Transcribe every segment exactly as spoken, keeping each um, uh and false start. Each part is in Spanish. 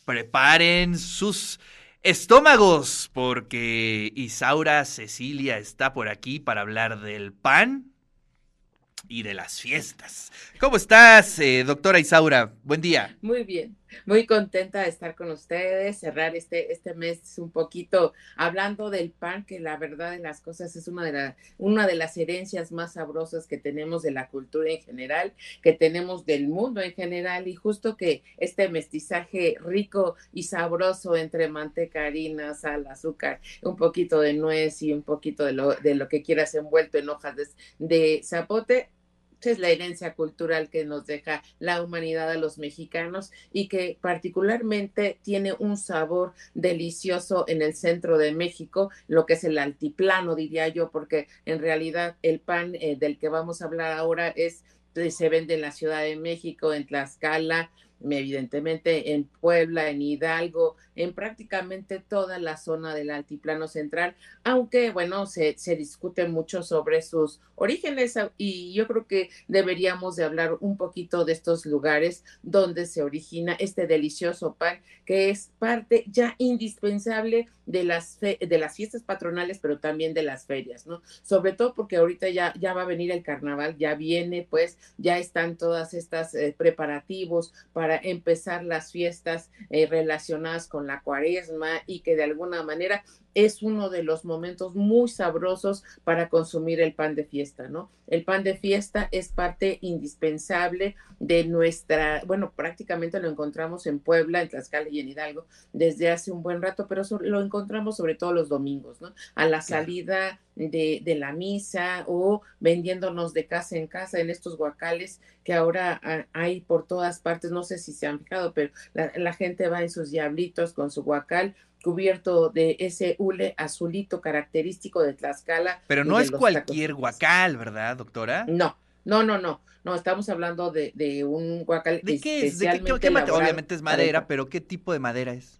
Preparen sus estómagos porque Isaura Cecilia está por aquí para hablar del pan y de las fiestas. ¿Cómo estás, eh, doctora Isaura? Buen día. Muy bien, muy contenta de estar con ustedes, cerrar este, este mes un poquito hablando del pan, que la verdad de las cosas es una de, la, una de las herencias más sabrosas que tenemos de la cultura en general, que tenemos del mundo en general, y justo que este mestizaje rico y sabroso entre manteca, harina, sal, azúcar, un poquito de nuez y un poquito de lo, de lo que quieras envuelto en hojas de, de zapote, es la herencia cultural que nos deja la humanidad a los mexicanos y que particularmente tiene un sabor delicioso en el centro de México, lo que es el altiplano, diría yo, porque en realidad el pan eh, del que vamos a hablar ahora es se vende en la Ciudad de México, en Tlaxcala, evidentemente en Puebla, en Hidalgo, en prácticamente toda la zona del altiplano central, aunque bueno, se, se discute mucho sobre sus orígenes y yo creo que deberíamos de hablar un poquito de estos lugares donde se origina este delicioso pan que es parte ya indispensable de las, fe de las fiestas patronales, pero también de las ferias, ¿no? Sobre todo porque ahorita ya, ya va a venir el carnaval, ya viene, pues ya están todas estas eh, preparativos para empezar las fiestas eh, relacionadas con la cuaresma y que de alguna manera es uno de los momentos muy sabrosos para consumir el pan de fiesta, ¿no? El pan de fiesta es parte indispensable de nuestra, bueno, prácticamente lo encontramos en Puebla, en Tlaxcala y en Hidalgo desde hace un buen rato, pero so, lo encontramos sobre todo los domingos, ¿no? A la Claro. salida de, de la misa o vendiéndonos de casa en casa en estos guacales que ahora hay por todas partes, no sé si se han fijado, pero la, la gente va en sus diablitos con su guacal cubierto de ese hule azulito característico de Tlaxcala Pero y no de es los tacos cualquier tacos. guacal, ¿verdad, doctora? No, no, no, no, no, estamos hablando de, de un guacal ¿De qué es? ¿De qué, qué, especialmente qué mate- elaborado Obviamente es para el madera, pan. pero ¿qué tipo de madera es?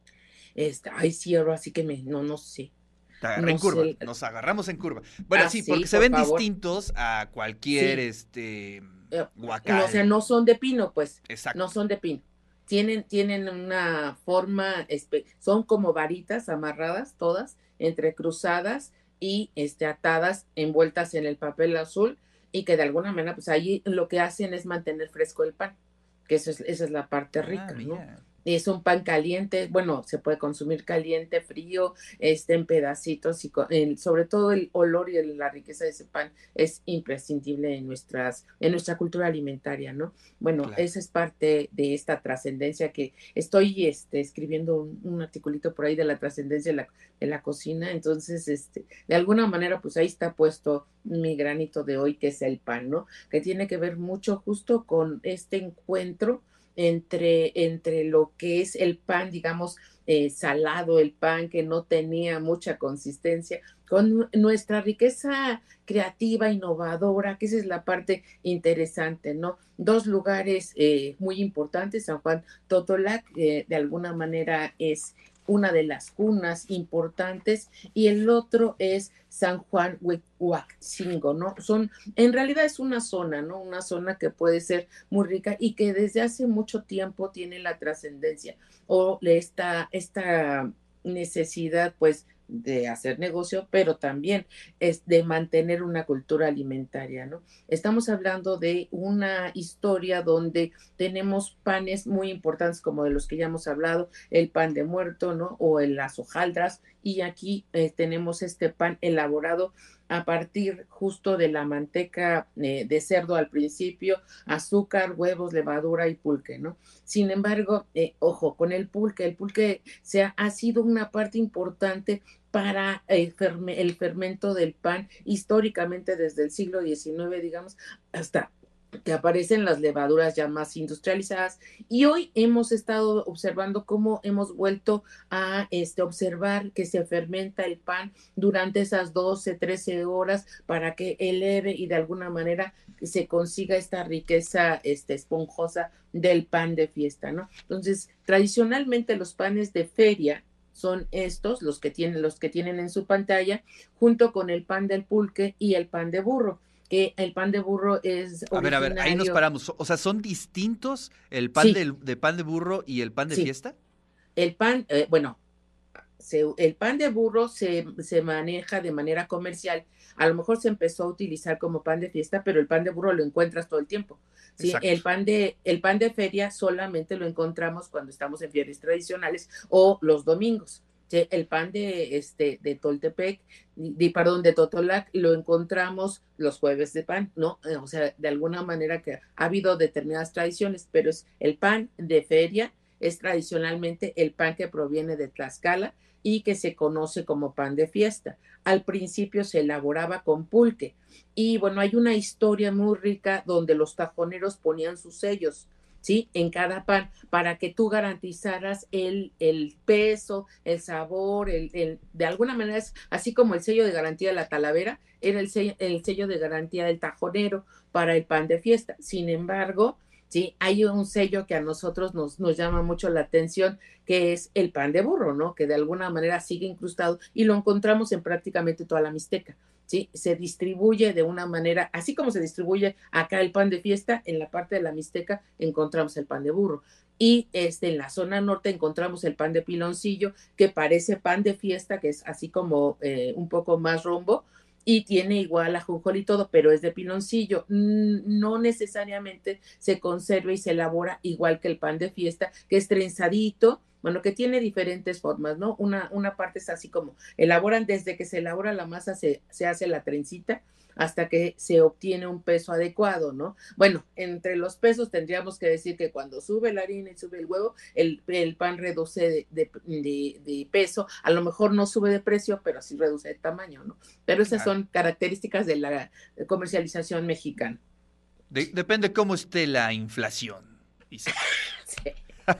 Este, ay, sí, ahora sí que me, no, no sé, Te agarré en no curva, sé. nos agarramos en curva. Bueno, Ah, sí, sí, porque se por ven favor, distintos a cualquier, sí. este, Eh, no, o sea, guacal. no son de pino, pues, no Exacto. son de pino. Tienen, tienen una forma, son como varitas amarradas todas, entrecruzadas y este, atadas, envueltas en el papel azul y que de alguna manera, pues ahí lo que hacen es mantener fresco el pan, que eso es, esa es la parte Ah, rica, ¿no? mira. Es un pan caliente, bueno, se puede consumir caliente, frío, este, en pedacitos y con, el, sobre todo el olor y el, la riqueza de ese pan es imprescindible en, nuestras, en nuestra cultura alimentaria, ¿no? Bueno, Claro. esa es parte de esta trascendencia que estoy este, escribiendo un, un articulito por ahí de la trascendencia de la, de la cocina, entonces, este, de alguna manera, pues ahí está puesto mi granito de hoy, que es el pan, ¿no? Que tiene que ver mucho justo con este encuentro entre, entre lo que es el pan, digamos, eh, salado, el pan que no tenía mucha consistencia, con nuestra riqueza creativa, innovadora, que esa es la parte interesante, ¿no? Dos lugares eh, muy importantes, San Juan Totolac, eh, de alguna manera es una de las cunas importantes, y el otro es San Juan Huaxingo, ¿no? Son, en realidad es una zona, ¿no? Una zona que puede ser muy rica y que desde hace mucho tiempo tiene la trascendencia o esta, esta necesidad, pues, de hacer negocio, pero también es de mantener una cultura alimentaria, ¿no? Estamos hablando de una historia donde tenemos panes muy importantes como de los que ya hemos hablado, el pan de muerto, ¿no? O el, las hojaldras, y aquí eh, tenemos este pan elaborado a partir justo de la manteca eh, de cerdo al principio, azúcar, huevos, levadura y pulque, ¿no? Sin embargo, eh, ojo, con el pulque, el pulque se ha, ha sido una parte importante para el, ferme, el, fermento del pan históricamente desde el siglo diecinueve, digamos, hasta que aparecen las levaduras ya más industrializadas, y hoy hemos estado observando cómo hemos vuelto a este, observar que se fermenta el pan durante esas doce, trece horas para que eleve y de alguna manera se consiga esta riqueza este, esponjosa del pan de fiesta, ¿no? Entonces, tradicionalmente los panes de feria son estos, los que tienen, los que tienen en su pantalla, junto con el pan del pulque y el pan de burro, que el pan de burro es A ver, a ver, ahí nos originario, paramos. O sea, ¿son distintos el pan sí, del, de pan de burro y el pan de sí, fiesta? El pan, eh, bueno, se, el pan de burro se, se maneja de manera comercial. A lo mejor se empezó a utilizar como pan de fiesta, pero el pan de burro lo encuentras todo el tiempo. ¿Sí? Exacto. El pan de, el pan de feria solamente lo encontramos cuando estamos en ferias tradicionales o los domingos. ¿Sí? El pan de, este, de Toltepec, de, perdón, de Totolac, lo encontramos los jueves de pan, ¿no? O sea, de alguna manera que ha habido determinadas tradiciones, pero es el pan de feria, es tradicionalmente el pan que proviene de Tlaxcala y que se conoce como pan de fiesta. Al principio se elaboraba con pulque y bueno, hay una historia muy rica donde los tajoneros ponían sus sellos, ¿sí? En cada pan, para que tú garantizaras el, el peso, el sabor, el, el, de alguna manera es así como el sello de garantía de la Talavera, era el sello, el sello de garantía del tajonero para el pan de fiesta. Sin embargo, sí, hay un sello que a nosotros nos, nos llama mucho la atención, que es el pan de burro, ¿no? Que de alguna manera sigue incrustado y lo encontramos en prácticamente toda la Mixteca. ¿Sí? Se distribuye de una manera, así como se distribuye acá el pan de fiesta, en la parte de la Mixteca encontramos el pan de burro. Y este, en la zona norte encontramos el pan de piloncillo, que parece pan de fiesta, que es así como eh, un poco más rombo, y tiene igual ajonjolí y todo, pero es de piloncillo. No necesariamente se conserva y se elabora igual que el pan de fiesta, que es trenzadito, bueno, que tiene diferentes formas, ¿no? Una, una parte es así como, elaboran desde que se elabora la masa, se, se hace la trencita, hasta que se obtiene un peso adecuado, ¿no? Bueno, entre los pesos tendríamos que decir que cuando sube la harina y sube el huevo, el, el pan reduce de, de, de, de, peso, a lo mejor no sube de precio, pero sí reduce de tamaño, ¿no? Pero esas Claro. son características de la comercialización mexicana. De- depende cómo esté la inflación, Isa. Sí.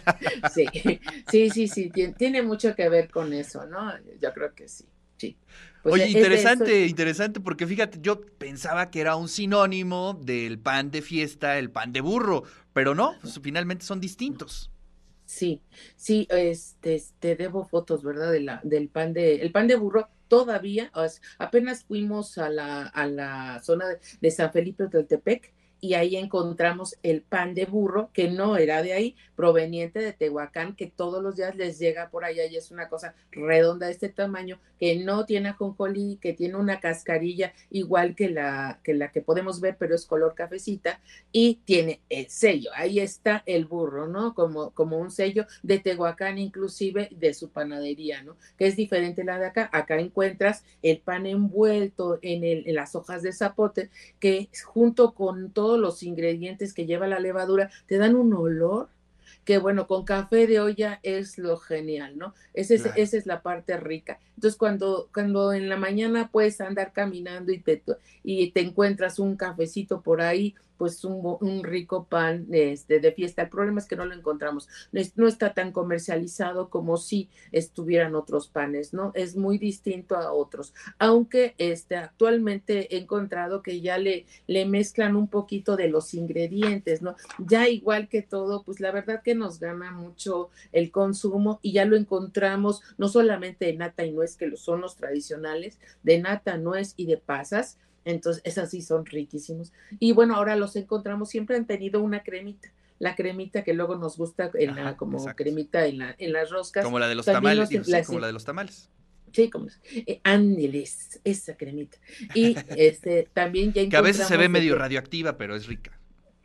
Sí, sí, sí, sí, tiene, tiene, mucho que ver con eso, ¿no? Yo creo que sí, sí. Pues Oye, es de eso. interesante, interesante, porque fíjate, yo pensaba que era un sinónimo del pan de fiesta, el pan de burro, pero no, pues, finalmente son distintos. Sí, sí, este, te debo fotos, ¿verdad? De la, del pan de, el pan de burro todavía, o sea, apenas fuimos a la, a la zona de, de San Felipe de Tepec y ahí encontramos el pan de burro que no era de ahí, proveniente de Tehuacán, que todos los días les llega por allá y es una cosa redonda de este tamaño, que no tiene ajonjolí, que tiene una cascarilla igual que la, que la que podemos ver, pero es color cafecita y tiene el sello. Ahí está el burro, ¿no? Como, como un sello de Tehuacán, inclusive de su panadería, ¿no? Que es diferente la de acá. Acá encuentras el pan envuelto en, el, en las hojas de zapote, que junto con todos los ingredientes que lleva la levadura, te dan un olor que bueno, con café de olla es lo genial, ¿no? Ese es, Claro. esa es la parte rica. Entonces, cuando, cuando en la mañana puedes andar caminando y te, y te encuentras un cafecito por ahí, pues un, un rico pan este, de fiesta. El problema es que no lo encontramos. No, es, no está tan comercializado como si estuvieran otros panes, ¿no? Es muy distinto a otros. Aunque este, actualmente he encontrado que ya le, le mezclan un poquito de los ingredientes, ¿no? Ya igual que todo, pues la verdad que nos gana mucho el consumo y ya lo encontramos no solamente de nata y nuez, que son los tradicionales, de nata, nuez y de pasas. Entonces, esas sí son riquísimos. Y bueno, ahora los encontramos, siempre han tenido una cremita. La cremita que luego nos gusta en la, Ajá, como exacto. cremita en, la, en las roscas, Como la de los también tamales, nos digo, sí, la, como la de los tamales. sí, como eh, ángeles, esa cremita. Y este también ya Que a veces se ve encontramos de medio que radioactiva, pero es rica.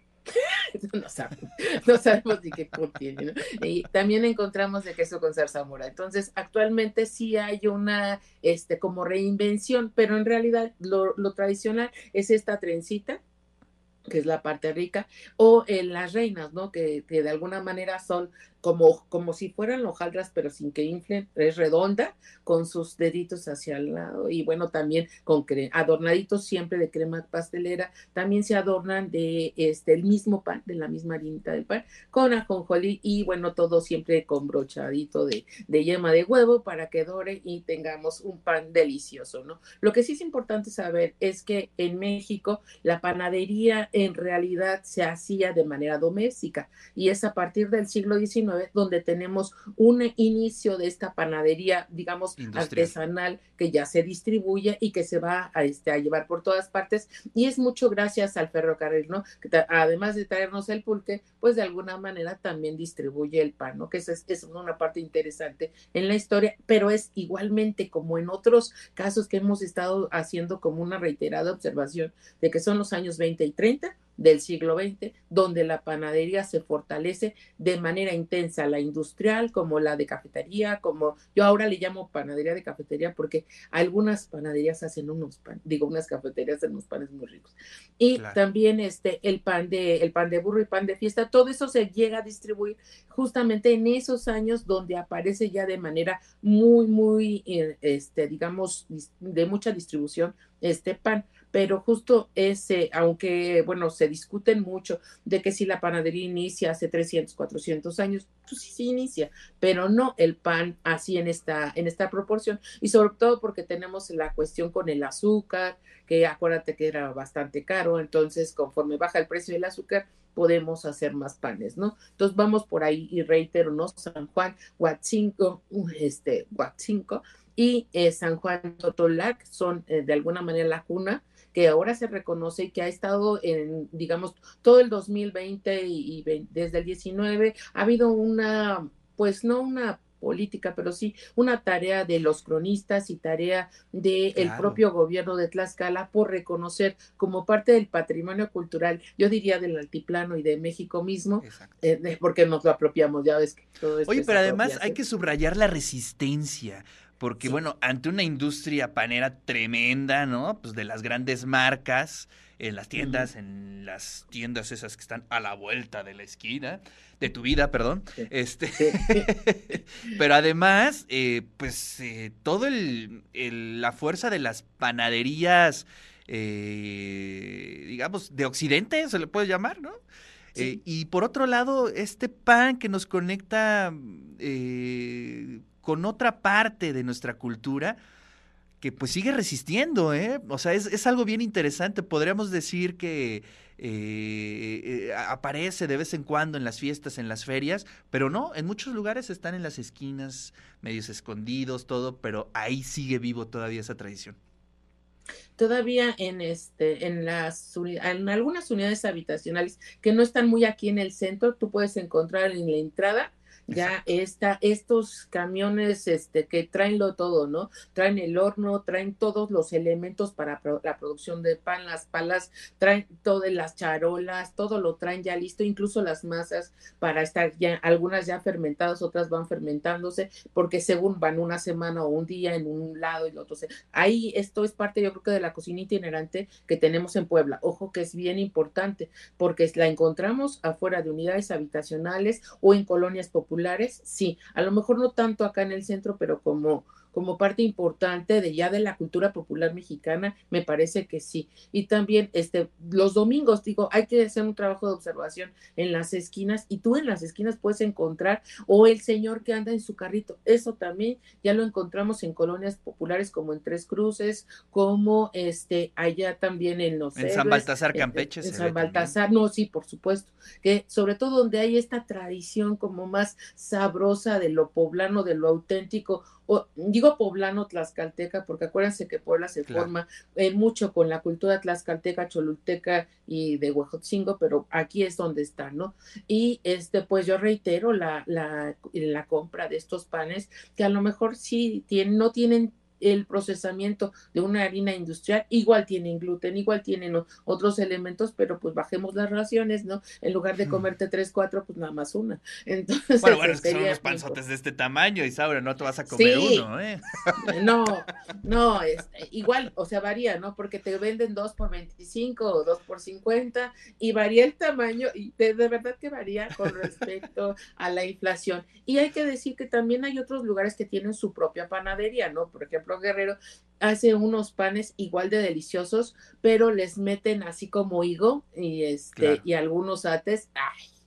no sabemos, no sabemos ni qué contiene, ¿no? Y también encontramos de queso con zarzamora. Entonces, actualmente sí hay una, este, como reinvención, pero en realidad lo, lo tradicional es esta trencita, que es la parte rica, o en las reinas, ¿no? Que, que de alguna manera son como, como si fueran hojaldras, pero sin que inflen, es redonda, con sus deditos hacia el lado, y bueno, también con cre adornaditos siempre de crema pastelera, también se adornan de este, el mismo pan, de la misma harinita del pan, con ajonjolí, y bueno, todo siempre con brochadito de, de yema de huevo para que dore y tengamos un pan delicioso, ¿no? Lo que sí es importante saber es que en México la panadería en realidad se hacía de manera doméstica y es a partir del siglo diecinueve diecinueve, donde tenemos un inicio de esta panadería, digamos, Industrial. artesanal, que ya se distribuye y que se va a, este, a llevar por todas partes, y es mucho gracias al ferrocarril, ¿no? Que además de traernos el pulque, pues de alguna manera también distribuye el pan, ¿no? Que esa es, es una parte interesante en la historia, pero es igualmente como en otros casos que hemos estado haciendo como una reiterada observación de que son los años veinte y treinta del siglo veinte, donde la panadería se fortalece de manera intensa, la industrial como la de cafetería, como yo ahora le llamo panadería de cafetería porque algunas panaderías hacen unos pan, digo, unas cafeterías hacen unos panes muy ricos. Y Claro. también este, el pan de, el pan de burro y pan de fiesta, todo eso se llega a distribuir justamente en esos años donde aparece ya de manera muy, muy, este, digamos, de mucha distribución este pan. Pero justo ese, aunque, bueno, se discuten mucho de que si la panadería inicia hace trescientos, cuatrocientos años, pues sí, sí inicia, pero no el pan así en esta, en esta proporción, y sobre todo porque tenemos la cuestión con el azúcar, que acuérdate que era bastante caro, entonces conforme baja el precio del azúcar, podemos hacer más panes, ¿no? Entonces vamos por ahí y reitero, ¿no? San Juan, Huatzinco, este, Huatzinco y eh, San Juan Totolac son eh, de alguna manera la cuna que ahora se reconoce y que ha estado en, digamos, todo el dos mil veinte y, y veinte, desde el diecinueve, ha habido una, pues no una política, pero sí una tarea de los cronistas y tarea del de Claro. propio gobierno de Tlaxcala por reconocer como parte del patrimonio cultural, yo diría del altiplano y de México mismo, eh, porque nos lo apropiamos, ya ves que todo esto Oye, es pero además hay apropiación. que subrayar la resistencia, porque Sí. bueno, ante una industria panera tremenda, ¿no? Pues de las grandes marcas, en las tiendas, uh-huh. en las tiendas esas que están a la vuelta de la esquina, de tu vida, perdón. Sí. Este, sí. Pero además, eh, pues eh, todo el, el, la fuerza de las panaderías, eh, digamos, de Occidente, se le puede llamar, ¿no? Sí. Eh, y por otro lado, este pan que nos conecta eh, con otra parte de nuestra cultura, que pues sigue resistiendo, ¿eh? O sea, es, es algo bien interesante. Podríamos decir que eh, eh, aparece de vez en cuando en las fiestas, en las ferias, pero no, en muchos lugares están en las esquinas, medios escondidos, todo, pero ahí sigue vivo todavía esa tradición. Todavía en este en las en algunas unidades habitacionales que no están muy aquí en el centro, tú puedes encontrar en la entrada ya está estos camiones este que traen lo todo, ¿no? Traen el horno, traen todos los elementos para pro, la producción de pan, las palas, traen todas las charolas, todo lo traen ya listo, incluso las masas para estar ya, algunas ya fermentadas, otras van fermentándose, porque según van una semana o un día en un lado y el otro. Ahí esto es parte, yo creo que de la cocina itinerante que tenemos en Puebla. Ojo que es bien importante, porque la encontramos afuera de unidades habitacionales o en colonias populares. Sí, a lo mejor no tanto acá en el centro, pero como, como parte importante de ya de la cultura popular mexicana, me parece que sí. Y también este, los domingos, digo, hay que hacer un trabajo de observación en las esquinas, y tú en las esquinas puedes encontrar, o el señor que anda en su carrito, eso también ya lo encontramos en colonias populares como en Tres Cruces, como este, allá también en Los En Héroes, San Baltasar, Campeche, en, en se San ve Baltasar, también. no, sí, por supuesto, que sobre todo donde hay esta tradición como más sabrosa de lo poblano, de lo auténtico, o digo poblano tlaxcalteca, porque acuérdense que Puebla se Claro. forma en mucho con la cultura tlaxcalteca, cholulteca y de Huejotzingo, pero aquí es donde está, ¿no? Y este, pues yo reitero la, la, la compra de estos panes, que a lo mejor sí tienen, no tienen el procesamiento de una harina industrial, igual tienen gluten, igual tienen otros elementos, pero pues bajemos las raciones, ¿no? En lugar de comerte tres, cuatro, pues nada más una. Entonces, bueno, bueno, es que son sería unos panzotes de este tamaño, Isaura, no te vas a comer sí, uno, ¿eh? no, no, es, igual, o sea, varía, ¿no? Porque te venden dos por veinticinco o dos por cincuenta y varía el tamaño, y de, de verdad que varía con respecto a la inflación. Y hay que decir que también hay otros lugares que tienen su propia panadería, ¿no? Por ejemplo, Guerrero hace unos panes igual de deliciosos, pero les meten así como higo y este, Claro. y algunos ates, ¡ay!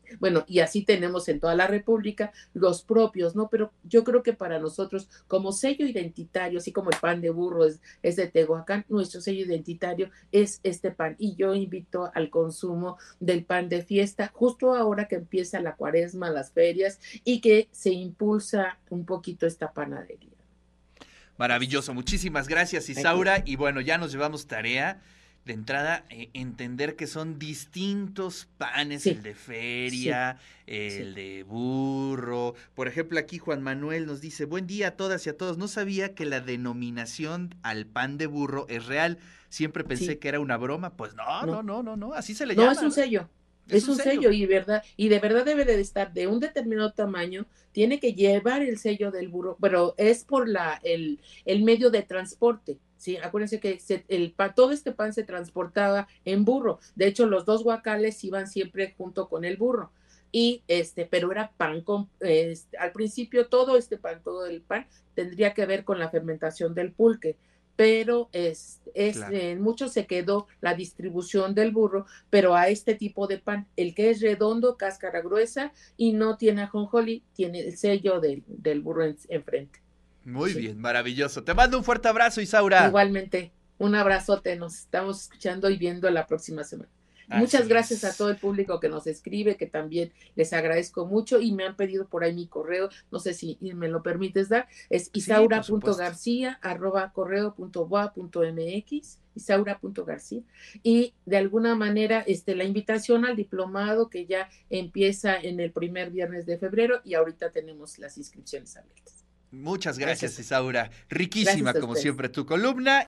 Bueno, y así tenemos en toda la República los propios, ¿no? Pero yo creo que para nosotros, como sello identitario, así como el pan de burro es, es de Tehuacán, nuestro sello identitario es este pan. Y yo invito al consumo del pan de fiesta, justo ahora que empieza la cuaresma, las ferias, y que se impulsa un poquito esta panadería. Maravilloso, muchísimas gracias, Isaura. Y bueno, ya nos llevamos tarea. De entrada, eh, entender que son distintos panes, sí, el de feria, sí, el sí. de burro. Por ejemplo, aquí Juan Manuel nos dice, buen día a todas y a todos. No sabía que la denominación al pan de burro es real. Siempre pensé sí. que era una broma. Pues no, no, no, no, no, no. Así se le no, llama. Es un ¿no? sello. Es, es un, un sello. sello y verdad, y de verdad debe de estar de un determinado tamaño, tiene que llevar el sello del burro, pero es por la el, el medio de transporte. Sí, acuérdense que se, el, todo este pan se transportaba en burro. De hecho, los dos guacales iban siempre junto con el burro. Y este, pero era pan con, este, al principio todo este pan, todo el pan, tendría que ver con la fermentación del pulque. Pero es, es claro. En mucho se quedó la distribución del burro, pero a este tipo de pan, el que es redondo, cáscara gruesa y no tiene ajonjolí, tiene el sello del, del burro en, enfrente. Muy sí. bien, maravilloso. Te mando un fuerte abrazo, Isaura. Igualmente, un abrazote, nos estamos escuchando y viendo la próxima semana. Así Muchas gracias es. a todo el público que nos escribe, que también les agradezco mucho y me han pedido por ahí mi correo, no sé si me lo permites dar, es isaura punto garcía arroba correo punto boa punto mx, isaura punto garcía, y de alguna manera este, la invitación al diplomado que ya empieza en el primer viernes de febrero y ahorita tenemos las inscripciones abiertas. Muchas gracias, gracias. Isaura. Riquísima, gracias como siempre, tu columna.